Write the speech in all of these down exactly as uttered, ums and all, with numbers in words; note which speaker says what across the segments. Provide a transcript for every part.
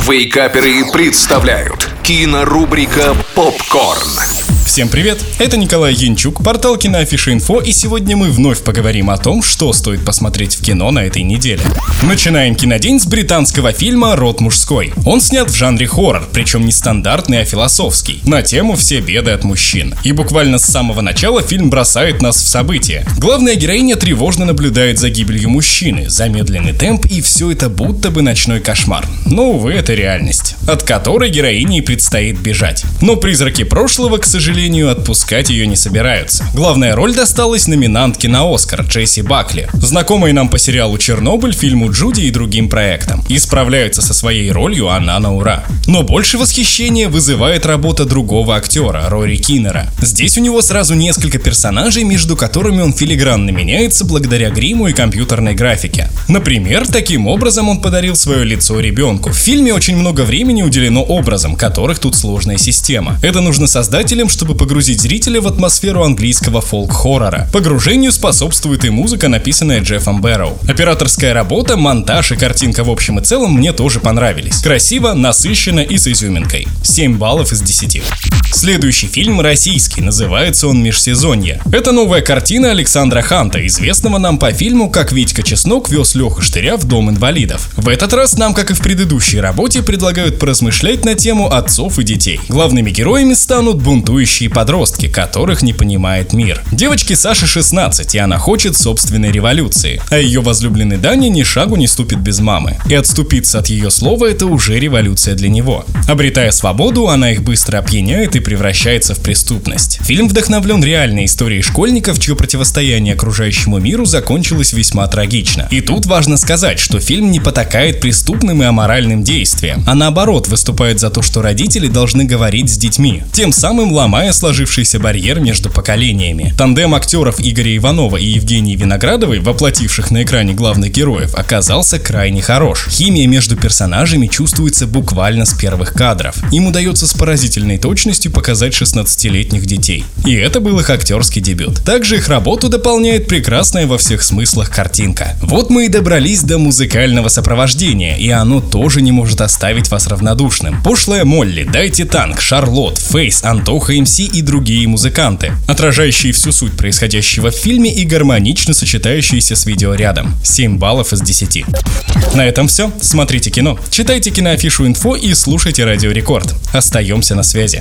Speaker 1: Вейкаперы представляют кинорубрика «Попкорн».
Speaker 2: Всем привет, это Николай Янчук, портал Киноафиша.Инфо, и сегодня мы вновь поговорим о том, что стоит посмотреть в кино на этой неделе. Начинаем кинодень с британского фильма «Род мужской». Он снят в жанре хоррор, причем не стандартный, а философский, на тему «Все беды от мужчин». И буквально с самого начала фильм бросает нас в события. Главная героиня тревожно наблюдает за гибелью мужчины, замедленный темп, и все это будто бы ночной кошмар. Но, увы, это реальность, от которой героине и предстоит бежать. Но призраки прошлого, к сожалению, отпускать ее не собираются. Главная роль досталась номинантке на Оскар Джесси Бакли, знакомой нам по сериалу «Чернобыль», фильму «Джуди» и другим проектам. И справляется со своей ролью она на ура. Но больше восхищения вызывает работа другого актера, Рори Киннера. Здесь у него сразу несколько персонажей, между которыми он филигранно меняется благодаря гриму и компьютерной графике. Например, таким образом он подарил свое лицо ребенку. В фильме очень много времени уделено образам, которых тут сложная система. Это нужно создателям, чтобы погрузить зрителя в атмосферу английского фолк-хоррора. Погружению способствует и музыка, написанная Джеффом Бэрроу. Операторская работа, монтаж и картинка в общем и целом мне тоже понравились. Красиво, насыщенно и с изюминкой. семь баллов из десяти. Следующий фильм российский, называется он «Межсезонье». Это новая картина Александра Ханта, известного нам по фильму «Как Витька Чеснок вез Леху Штыря в дом инвалидов». В этот раз нам, как и в предыдущей работе, предлагают поразмышлять на тему отцов и детей. Главными героями станут бунтующие подростки, которых не понимает мир. Девочке Саше шестнадцать, и она хочет собственной революции, а ее возлюбленный Даня ни шагу не ступит без мамы. И отступиться от ее слова — это уже революция для него. Обретая свободу, она их быстро опьяняет и превращается в преступность. Фильм вдохновлен реальной историей школьников, чье противостояние окружающему миру закончилось весьма трагично. И тут важно сказать, что фильм не потакает преступным и аморальным действиям, а наоборот выступает за то, что родители должны говорить с детьми, тем самым ломая сложившийся барьер между поколениями. Тандем актеров Игоря Иванова и Евгении Виноградовой, воплотивших на экране главных героев, оказался крайне хорош. Химия между персонажами чувствуется буквально с первых кадров. Им удается с поразительной точностью показать шестнадцатилетних детей. И это был их актерский дебют. Также их работу дополняет прекрасная во всех смыслах картинка. Вот мы и добрались до музыкального сопровождения, и оно тоже не может оставить вас равнодушным. Пошлая Молли, Дайте Танк, Шарлот, Фейс, Антоха эм си и другие музыканты, отражающие всю суть происходящего в фильме и гармонично сочетающиеся с видеорядом. семь баллов из десяти. На этом все. Смотрите кино, читайте Киноафишу.Инфо и слушайте Радио Рекорд. Остаемся на связи.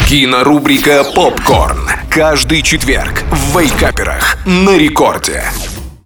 Speaker 1: Кинорубрика «Попкорн». Каждый четверг в Вейкаперах на Рекорде.